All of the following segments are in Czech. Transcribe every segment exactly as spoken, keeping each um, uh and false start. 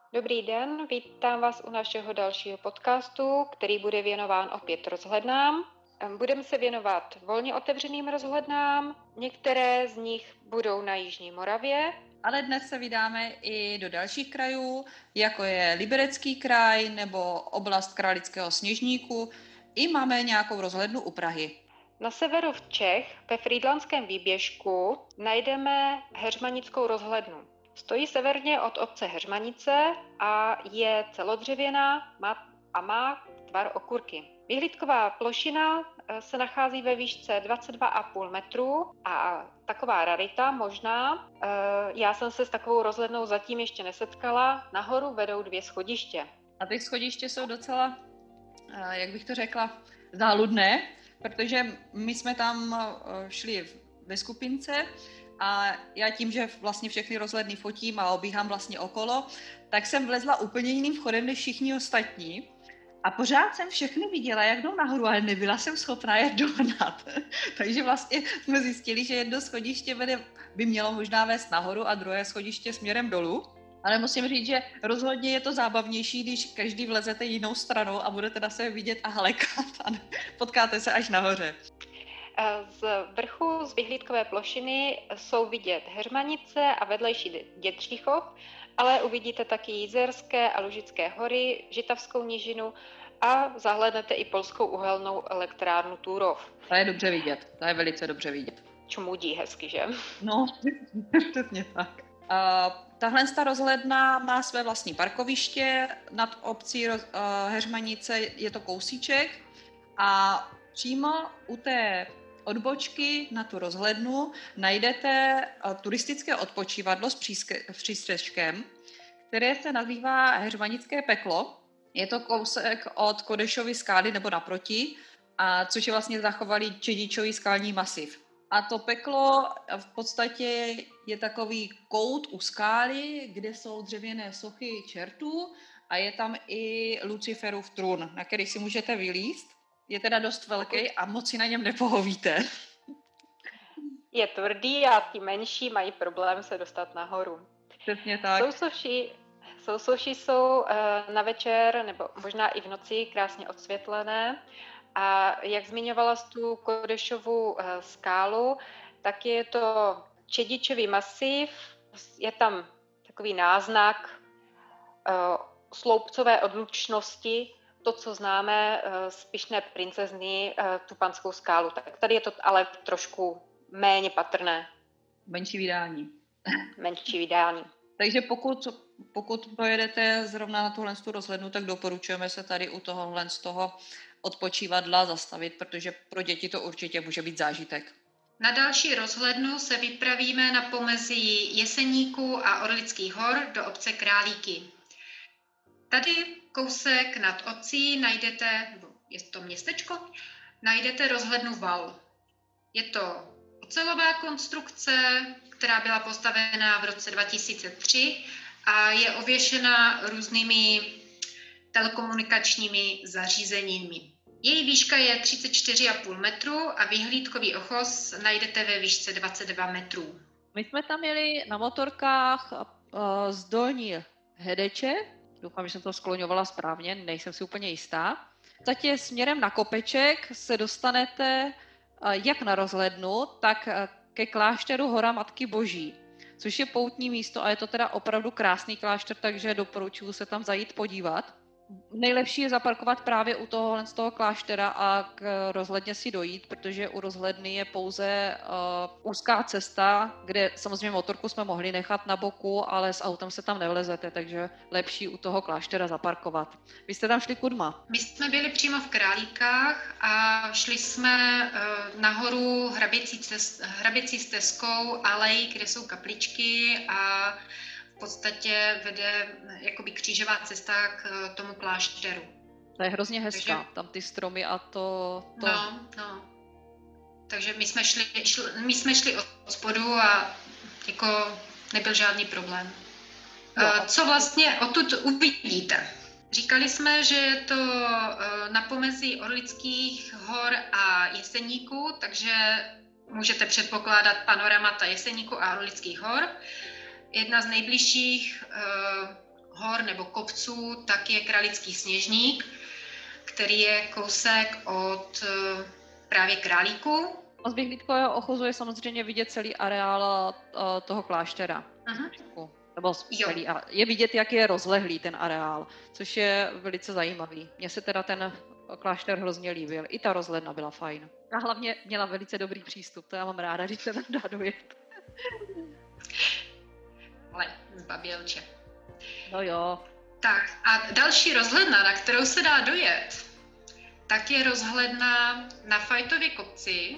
Dobrý den, vítám vás u našeho dalšího podcastu, který bude věnován opět rozhlednám. Budeme se věnovat volně otevřeným rozhlednám, některé z nich budou na Jižní Moravě. Ale dnes se vydáme i do dalších krajů, jako je Liberecký kraj nebo oblast Králického Sněžníku. I máme nějakou rozhlednu u Prahy. Na severu v Čech, ve Frýdlantském výběžku, najdeme Heřmanickou rozhlednu. Stojí severně od obce Heřmanice a je celodřevěná a má tvar okurky. Vyhlídková plošina se nachází ve výšce dvacet dva a půl metru a taková rarita možná, já jsem se s takovou rozhlednou zatím ještě nesetkala, nahoru vedou dvě schodiště. A ty schodiště jsou docela, jak bych to řekla, záludné, protože my jsme tam šli ve skupince a já tím, že vlastně všechny rozhledny fotím a obíhám vlastně okolo, tak jsem vlezla úplně jiným vchodem než všichni ostatní. A pořád jsem všechny viděla, jak jdou nahoru, ale nebyla jsem schopná je dohnat. Takže vlastně jsme zjistili, že jedno schodiště by mělo možná vést nahoru a druhé schodiště směrem dolů. Ale musím říct, že rozhodně je to zábavnější, když každý vlezete jinou stranou a budete na sebe vidět a hlekat a potkáte se až nahoře. Z vrchu z vyhlídkové plošiny jsou vidět Heřmanice a vedlejší Dětříchov, ale uvidíte taky Jizerské a Lužické hory, Žitavskou nížinu a zahlédnete i polskou uhelnou elektrárnu Turów. To je dobře vidět, to je velice dobře vidět. Čumudí hezky, že? No, přesně tak. Uh, tahle ta rozhledna má své vlastní parkoviště nad obcí uh, Heřmanice, je to kousíček a přímo u té odbočky na tu rozhlednu najdete uh, turistické odpočívadlo s, příske, s přístřeškem, které se nazývá Heřmanické peklo. Je to kousek od Kodešovy skály nebo naproti, a což je vlastně zachovalý čedičový skální masiv. A to peklo v podstatě je takový kout u skály, kde jsou dřevěné sochy čertů a je tam i Luciferův trůn, na který si můžete vylízt. Je teda dost velký a moc si na něm nepohovíte. Je tvrdý a ti menší mají problém se dostat nahoru. Přesně tak. Sousoší, sousoší jsou na večer nebo možná i v noci krásně odsvětlené. A jak zmiňovala jsi tu Kodešovu skálu, tak je to čedičový masiv, je tam takový náznak sloupcové odlučnosti, to, co známe z Pyšné princezny, tu Panskou skálu. Tak tady je to ale trošku méně patrné. Menší vydání. Menší vydání. Takže pokud, pokud pojedete zrovna na tuhle rozhlednu, tak doporučujeme se tady u tohohle z toho odpočívadla zastavit, protože pro děti to určitě může být zážitek. Na další rozhlednu se vypravíme na pomezí Jeseníku a Orlických hor do obce Králíky. Tady kousek nad obcí najdete, nebo je to městečko, najdete rozhlednu Val. Je to ocelová konstrukce, která byla postavena v roce dva tisíce tři a je ověšena různými telekomunikačními zařízeními. Její výška je třicet čtyři a půl metru a vyhlídkový ochos najdete ve výšce dvacet dva metrů. My jsme tam jeli na motorkách uh, z Dolní Hedeče, doufám, že jsem to skloňovala správně, nejsem si úplně jistá. V podstatě směrem na kopeček se dostanete uh, jak na rozhlednu, tak uh, ke klášteru Hora Matky Boží, což je poutní místo a je to teda opravdu krásný klášter, takže doporučuji se tam zajít podívat. Nejlepší je zaparkovat právě u tohohle z toho kláštera a k rozhledně si dojít, protože u rozhledny je pouze uh, úzká cesta, kde samozřejmě motorku jsme mohli nechat na boku, ale s autem se tam nevlezete, takže lepší u toho kláštera zaparkovat. Vy jste tam šli kudma? My jsme byli přímo v Králíkách a šli jsme uh, nahoru hraběcí, cest, hraběcí stezkou alej, kde jsou kapličky a v podstatě vede jakoby křížová cesta k tomu klášteru. To je hrozně hezká, takže tam ty stromy a to... to... No, no. Takže my jsme šli, šli, my jsme šli od spodu a jako nebyl žádný problém. No. Co vlastně odtud uvidíte? Říkali jsme, že je to na pomezí Orlických hor a Jeseníku, takže můžete předpokládat panoramata Jeseníku a Orlických hor. Jedna z nejbližších uh, hor nebo kopců, tak je Králický Sněžník, který je kousek od právě Králíku. Z vyhlídkového ochozu je samozřejmě vidět celý areál toho kláštera. Uh-huh. Nebo celý, je vidět, jak je rozlehlý ten areál, což je velice zajímavý. Mně se teda ten klášter hrozně líbil. I ta rozhledna byla fajn. A hlavně měla velice dobrý přístup. To já mám ráda, když se tam dá dojet. Ale babělče. No jo. Tak a další rozhledna, na kterou se dá dojet, tak je rozhledna na Fajtově kopci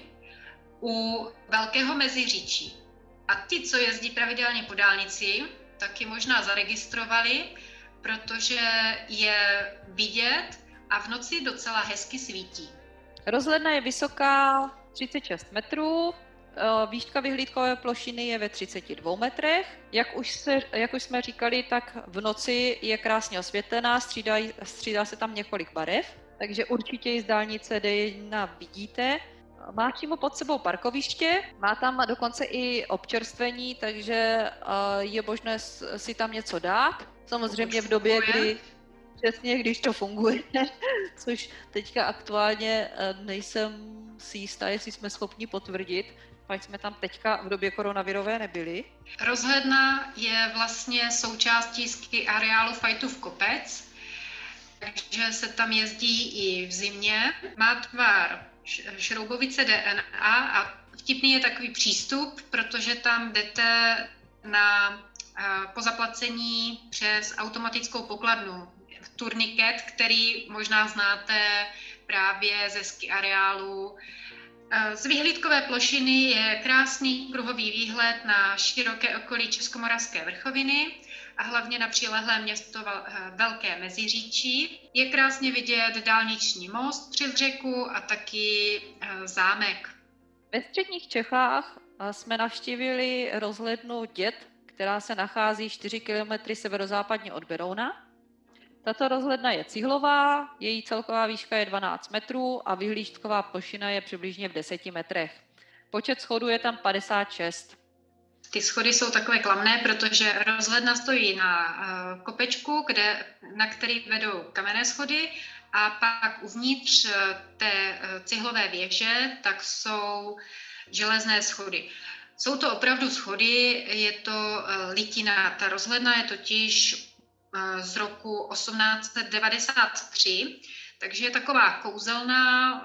u Velkého Meziříčí. A ti, co jezdí pravidelně po dálnici, tak ji možná zaregistrovali, protože je vidět a v noci docela hezky svítí. Rozhledna je vysoká třicet šest metrů, výška vyhlídkové plošiny je ve třiceti dvou metrech. Jak už, se, jak už jsme říkali, tak v noci je krásně osvětlená, střídá, střídá se tam několik barev, takže určitě ji z dálnice D jedna vidíte. Má přímo pod sebou parkoviště, má tam dokonce i občerstvení, takže je možné si tam něco dát. Samozřejmě v době, kdy přesně, když to funguje, což teďka aktuálně nejsem si jistá, jestli jsme schopni potvrdit, pak jsme tam teďka v době koronavirové nebyli. Rozhledna je vlastně součástí ski areálu Fajtův kopec, takže se tam jezdí i v zimě. Má tvar šroubovice D N A a vtipný je takový přístup, protože tam jdete na, po zaplacení přes automatickou pokladnu. Turniket, který možná znáte právě ze ski areálu. Z vyhlídkové plošiny je krásný kruhový výhled na široké okolí Českomoravské vrchoviny a hlavně na přilehlé město Velké Meziříčí. Je krásně vidět dálniční most přes řeku a taky zámek. Ve středních Čechách jsme navštívili rozhlednu Děd, která se nachází čtyři kilometry severozápadně od Berouna. Tato rozhledna je cihlová, její celková výška je dvanáct metrů a vyhlídková plošina je přibližně v deseti metrech. Počet schodů je tam padesát šest. Ty schody jsou takové klamné, protože rozhledna stojí na kopečku, kde, na který vedou kamenné schody a pak uvnitř té cihlové věže tak jsou železné schody. Jsou to opravdu schody, je to litina. Ta rozhledna je totiž z roku osmnáct set devadesát tři, takže je taková kouzelná,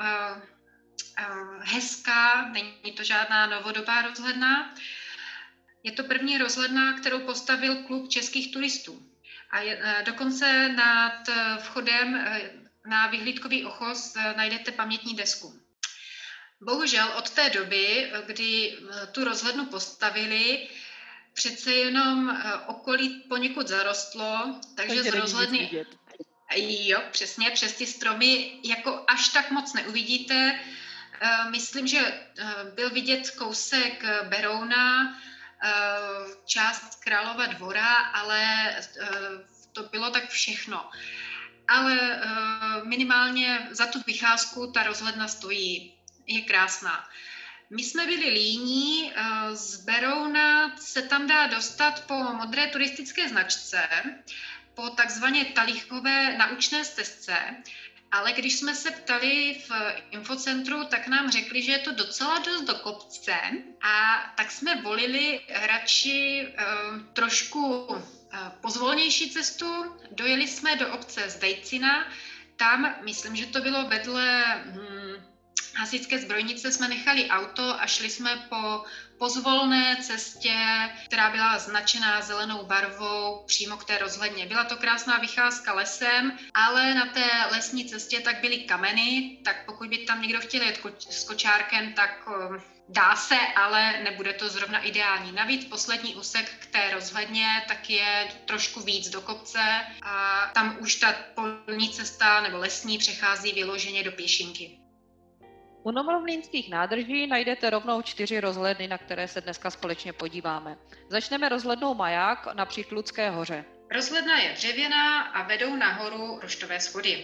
hezká, není to žádná novodobá rozhledna. Je to první rozhledna, kterou postavil klub českých turistů. A je, dokonce nad vchodem na vyhlídkový ochoz najdete pamětní desku. Bohužel od té doby, kdy tu rozhlednu postavili, přece jenom okolí poněkud zarostlo, takže z rozhledny... Jo, přesně, přes ty stromy jako až tak moc neuvidíte. Myslím, že byl vidět kousek Berouna, část Králova Dvora, ale to bylo tak všechno. Ale minimálně za tu vycházku ta rozhledna stojí, je krásná. My jsme byli líní, z Berouna se tam dá dostat po modré turistické značce, po takzvané talíchové naučné stezce, ale když jsme se ptali v infocentru, tak nám řekli, že je to docela dost do kopce a tak jsme volili radši uh, trošku uh, pozvolnější cestu. Dojeli jsme do obce Zdejcina, tam myslím, že to bylo vedle hm, hasičské zbrojnice, jsme nechali auto a šli jsme po pozvolné cestě, která byla značená zelenou barvou přímo k té rozhledně. Byla to krásná vycházka lesem, ale na té lesní cestě tak byly kameny, tak pokud by tam někdo chtěl jet s kočárkem, tak dá se, ale nebude to zrovna ideální. Navíc poslední úsek k té rozhledně tak je trošku víc do kopce a tam už ta polní cesta nebo lesní přechází vyloženě do pěšinky. U Novomlýnských nádrží najdete rovnou čtyři rozhledny, na které se dneska společně podíváme. Začneme rozhlednou Maják na Přitludské hoře. Rozhledna je dřevěná a vedou nahoru ruštové schody.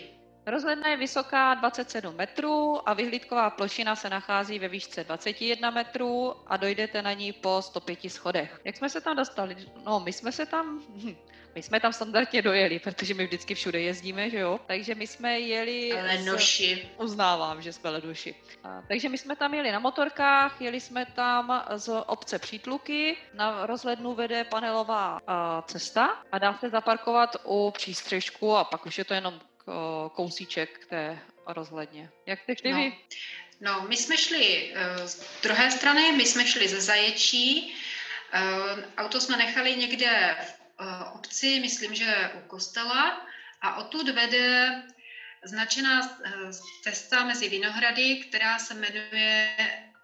Rozhledna je vysoká dvacet sedm metrů a vyhlídková plošina se nachází ve výšce dvacet jedna metrů a dojdete na ní po sto pěti schodech. Jak jsme se tam dostali? No, my jsme se tam... Hm, my jsme tam standardně dojeli, protože my vždycky všude jezdíme, že jo? Takže my jsme jeli... Ledoši. Z... Uznávám, že jsme ledoši. A, takže my jsme tam jeli na motorkách, jeli jsme tam z obce Přítluky, na rozhlednu vede panelová a, cesta a dá se zaparkovat u přístřežku a pak už je to jenom kousíček k té rozhledně. Jak jste šli vy? No, no, my jsme šli uh, z druhé strany, my jsme šli ze Zaječí. Uh, auto jsme nechali někde v uh, obci, myslím, že u kostela, a odtud vede značená uh, cesta mezi Vinohrady, která se jmenuje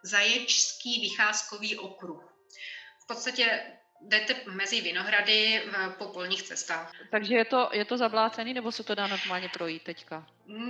Zaječský vycházkový okruh. V podstatě jdete mezi Vinohrady po polních cestách. Takže je to, je to zablácený, nebo se to dá normálně projít teďka?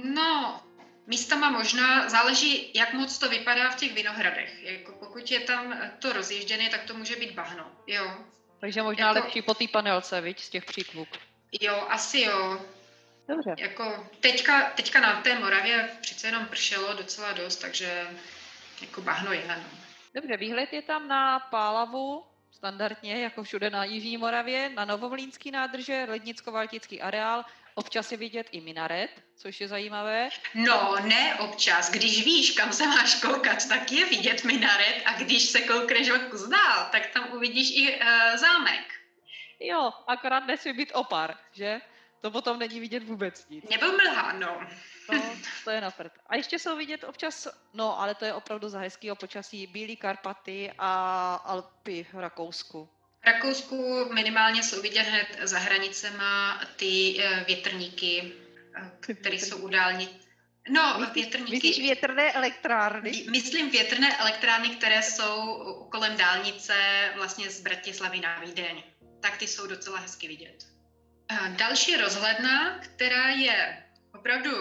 No, místama možná, záleží, jak moc to vypadá v těch Vinohradech. Jako pokud je tam to rozježděné, tak to může být bahno, jo. Takže možná jako... lepší po té panelce, viď, z těch Přítluk. Jo, asi jo. Dobře. Jako teďka, teďka na té Moravě přece jenom pršelo docela dost, takže jako bahno je, no. Dobře, výhled je tam na Pálavu, standardně, jako všude na Jižní Moravě, na Novomlýnský nádrže, Lednicko-Valtický areál, občas je vidět i minaret, což je zajímavé. No, ne občas. Když víš, kam se máš koukat, tak je vidět minaret, a když se koukneš o kus dál, tak tam uvidíš i uh, zámek. Jo, akorát nesmí být opar, že? To potom není vidět vůbec nic. Nebo mlha, no. To, to je na prd. A ještě jsou vidět občas, no ale to je opravdu za hezkýho počasí, Bílý Karpaty a Alpy v Rakousku. V Rakousku minimálně jsou vidět hned za hranicema ty uh, větrníky, uh, které jsou u dálnic. No, myslíš, větrníky. Myslíš větrné elektrárny? Myslím větrné elektrárny, které jsou kolem dálnice vlastně z Bratislavy na Vídeň. Tak ty jsou docela hezky vidět. Další rozhledna, která je opravdu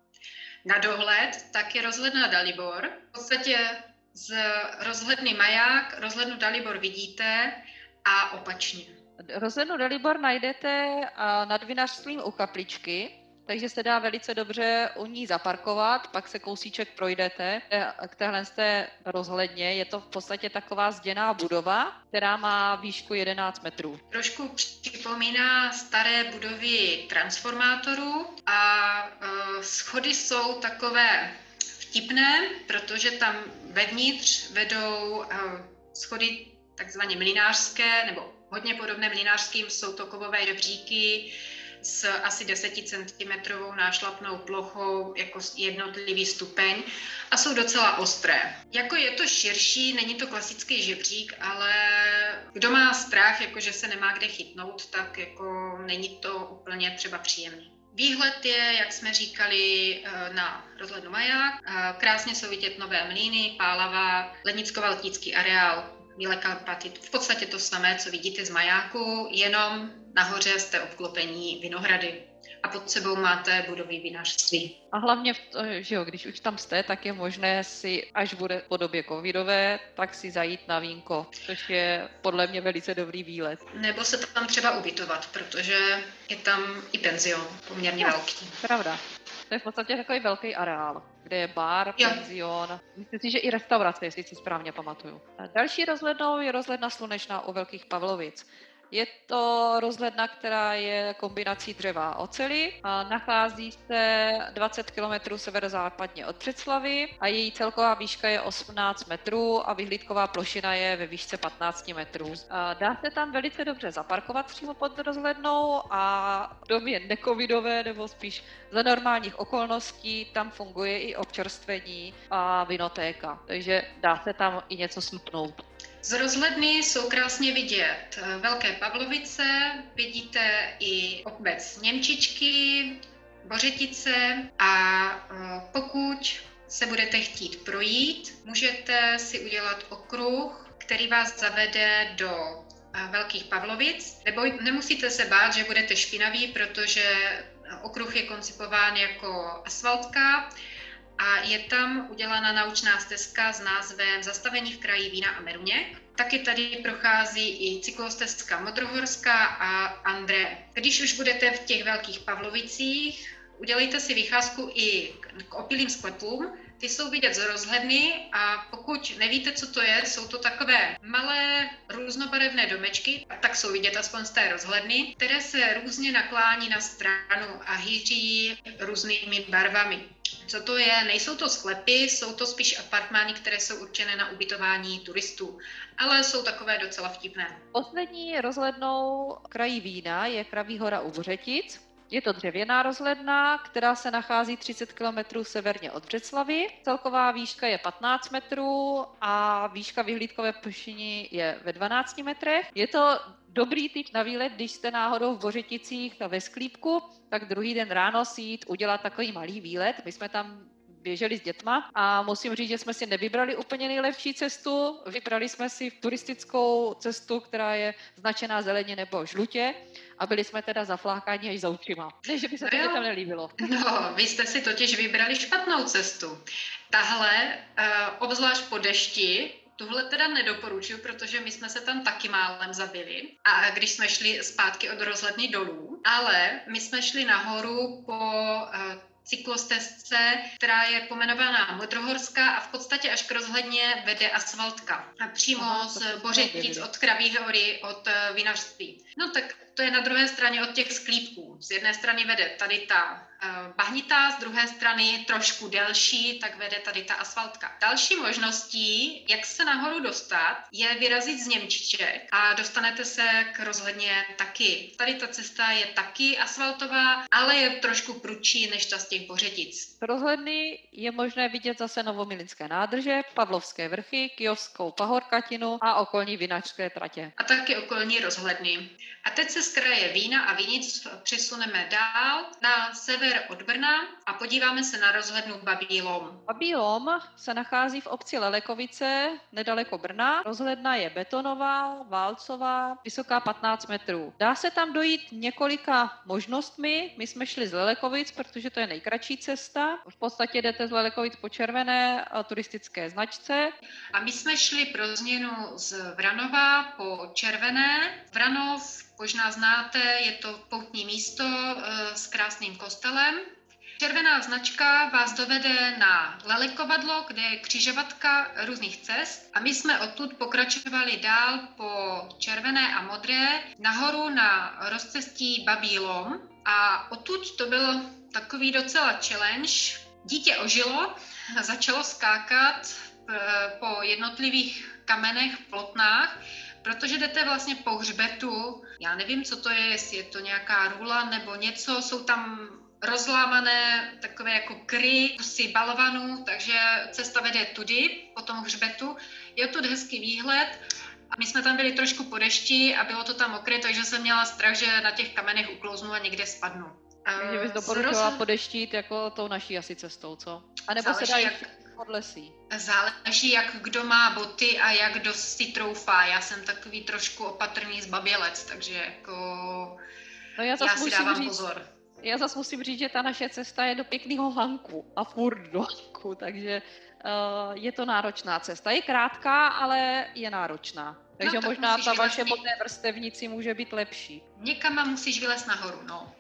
na dohled, tak je rozhledna Dalibor. V podstatě z rozhledny Maják rozhlednu Dalibor vidíte a opačně. Rozhlednu Dalibor najdete nad Vinařstvím u kapličky, takže se dá velice dobře u ní zaparkovat, pak se kousíček projdete k téhle z té rozhledně. Je to v podstatě taková zděná budova, která má výšku jedenáct metrů. Trošku připomíná staré budovy transformátorů a uh, schody jsou takové vtipné, protože tam vevnitř vedou uh, schody takzvaně mlynářské, nebo hodně podobné mlynářským, jsou to kovové rebříky s asi deseticentimetrovou nášlapnou plochou jako jednotlivý stupeň a jsou docela ostré. Jako je to širší, není to klasický žebřík, ale kdo má strach, jako že se nemá kde chytnout, tak jako není to úplně třeba příjemný. Výhled je, jak jsme říkali, na rozhlednu Maják. Krásně jsou vidět Nové Mlýny, Pálava, Lednicko-Valtický areál, Bílé Karpaty. V podstatě to samé, co vidíte z Majáku, jenom nahoře jste obklopení Vinohrady a pod sebou máte budovy vinařství. A hlavně, že jo, když už tam jste, tak je možné si, až bude po době covidové, tak si zajít na vínko, což je podle mě velice dobrý výlet. Nebo se tam třeba ubytovat, protože je tam i penzion poměrně no, velký. Pravda. To je v podstatě takový velký areál, kde je bar, jo. penzion, myslím si, že i restaurace, jestli si správně pamatuju. Další rozhlednou je rozhledna Slunečná u Velkých Pavlovic. Je to rozhledna, která je kombinací dřeva a oceli a nachází se dvacet kilometrů severozápadně od Břeclavi a její celková výška je osmnáct metrů a vyhlídková plošina je ve výšce patnáct metrů. A dá se tam velice dobře zaparkovat přímo pod rozhlednou a v době necovidové nebo spíš za normálních okolností tam funguje i občerstvení a vinotéka, takže dá se tam i něco smutnout. Z rozhledny jsou krásně vidět Velké Pavlovice, vidíte i obec Němčičky, Bořetice a pokud se budete chtít projít, můžete si udělat okruh, který vás zavede do Velkých Pavlovic. Nebo nemusíte se bát, že budete špinaví, protože okruh je koncipován jako asfaltka a je tam udělána naučná stezka s názvem Zastavení v kraji vína a meruněk. Taky tady prochází i cyklostezka Modrohorská a André. Když už budete v těch Velkých Pavlovicích, udělejte si vycházku i k opilým sklepům. Ty jsou vidět z rozhledny a pokud nevíte, co to je, jsou to takové malé různobarevné domečky, tak jsou vidět aspoň z té rozhledny, které se různě naklání na stranu a hýří různými barvami. Co to je? Nejsou to sklepy, jsou to spíš apartmány, které jsou určené na ubytování turistů, ale jsou takové docela vtipné. Poslední rozhlednou krají Vína je Kraví hora u Bořetic. Je to dřevěná rozhledna, která se nachází třicet kilometrů severně od Břeclavi. Celková výška je patnáct metrů a výška vyhlídkové plošiny je ve dvanácti metrech. Je to dobrý typ na výlet, když jste náhodou v Bořeticích ve Sklípku, tak druhý den ráno si jít udělat takový malý výlet. My jsme tam běželi s dětma a musím říct, že jsme si nevybrali úplně nejlepší cestu. Vybrali jsme si turistickou cestu, která je značená zeleně nebo žlutě a byli jsme teda zaflákáni až za očima. Ne, že by se to dětem nelíbilo. No, vy jste si totiž vybrali špatnou cestu. Tahle, uh, obzvlášť po dešti, tuhle teda nedoporučuji, protože my jsme se tam taky málem zabili. A když jsme šli zpátky od rozhledny dolů, ale my jsme šli nahoru po uh, cyklostezce, která je pomenovaná Modrohorská a v podstatě až k rozhledně vede asfaltka. A přímo Aha, z Bořetic od Kraví hory, od uh, vinařství. No tak to je na druhé straně od těch sklípků. Z jedné strany vede tady ta uh, bahnitá, z druhé strany trošku delší, tak vede tady ta asfaltka. Další možností, jak se nahoru dostat, je vyrazit z Němčiček a dostanete se k rozhledně taky. Tady ta cesta je taky asfaltová, ale je trošku prudší než ta z těch Bořetic. Z rozhledny je možné vidět zase Novomilinské nádrže, Pavlovské vrchy, Kyjovskou pahorkatinu a okolní vinařské tratě. A taky okolní rozhledny. A teď se z kraje Vína a Vinic přesuneme dál na sever od Brna a podíváme se na rozhlednu Babí Lom. Babí Lom se nachází v obci Lelekovice, nedaleko Brna. Rozhledna je betonová, válcová, vysoká patnáct metrů. Dá se tam dojít několika možnostmi. My jsme šli z Lelekovic, protože to je nejkratší cesta. V podstatě jdete z Lelekovic po červené turistické značce. A my jsme šli pro změnu z Vranova po červené. Vranov možná znáte, je to poutní místo e, s krásným kostelem. Červená značka vás dovede na Lelekovadlo, kde je křižovatka různých cest a my jsme odtud pokračovali dál po červené a modré nahoru na rozcestí Babí Lom a odtud to byl takový docela challenge. Dítě ožilo, začalo skákat po jednotlivých kamenech, plotnách, protože jdete vlastně po hřbetu, já nevím, co to je, jestli je to nějaká rula nebo něco, jsou tam rozlámané takové jako kry, kusy balvanů, takže cesta vede tudy, po tom hřbetu. Je tu hezký výhled a my jsme tam byli trošku po dešti a bylo to tam mokré, takže jsem měla strach, že na těch kamenech uklouznu a někde spadnu. Takže bys doporučila roz... podeštit jako tou naší asi cestou, co? A nebo se dá jak... pod lesí? Záleží, jak kdo má boty a jak kdo si troufá. Já jsem takový trošku opatrný zbabělec, takže jako no já, já si dávám říct, pozor. Já zase musím říct, že ta naše cesta je do pěkného Hanku a furt do Hanku, takže uh, je to náročná cesta. Je krátká, ale je náročná. Takže no, možná ta vaše vylez... modné vrstevnici může být lepší. Někam musíš vylézt nahoru, no.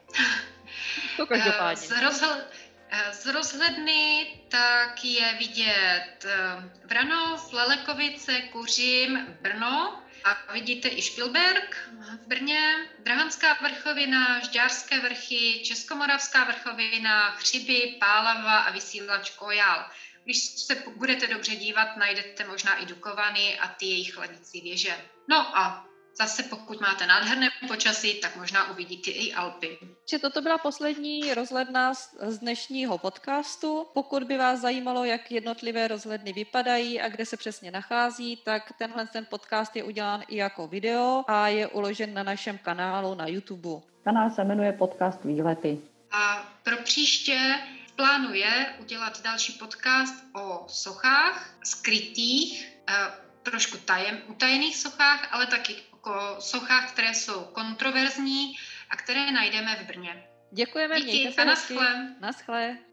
To každopádně. Z, rozhl... Z rozhledny tak je vidět Vranov, Lelekovice, Kuřim, Brno a vidíte i Špilberk v Brně, Drahanská vrchovina, Žďárské vrchy, Českomoravská vrchovina, Chřiby, Pálava a Vysílač Kojál. Když se budete dobře dívat, najdete možná i Dukovany a ty jejich chladicí věže. No a zase pokud máte nádherné počasí, tak možná uvidíte i Alpy. Že toto byla poslední rozhledna z dnešního podcastu. Pokud by vás zajímalo, jak jednotlivé rozhledny vypadají a kde se přesně nachází, tak tenhle ten podcast je udělán i jako video a je uložen na našem kanálu na YouTube. Kanál se jmenuje Podcast Výlety. A pro příště plánuje udělat další podcast o sochách, skrytých, trošku tajem, utajených sochách, ale taky o sochách, které jsou kontroverzní a které najdeme v Brně. Děkujeme, díky a naschle. Naschle.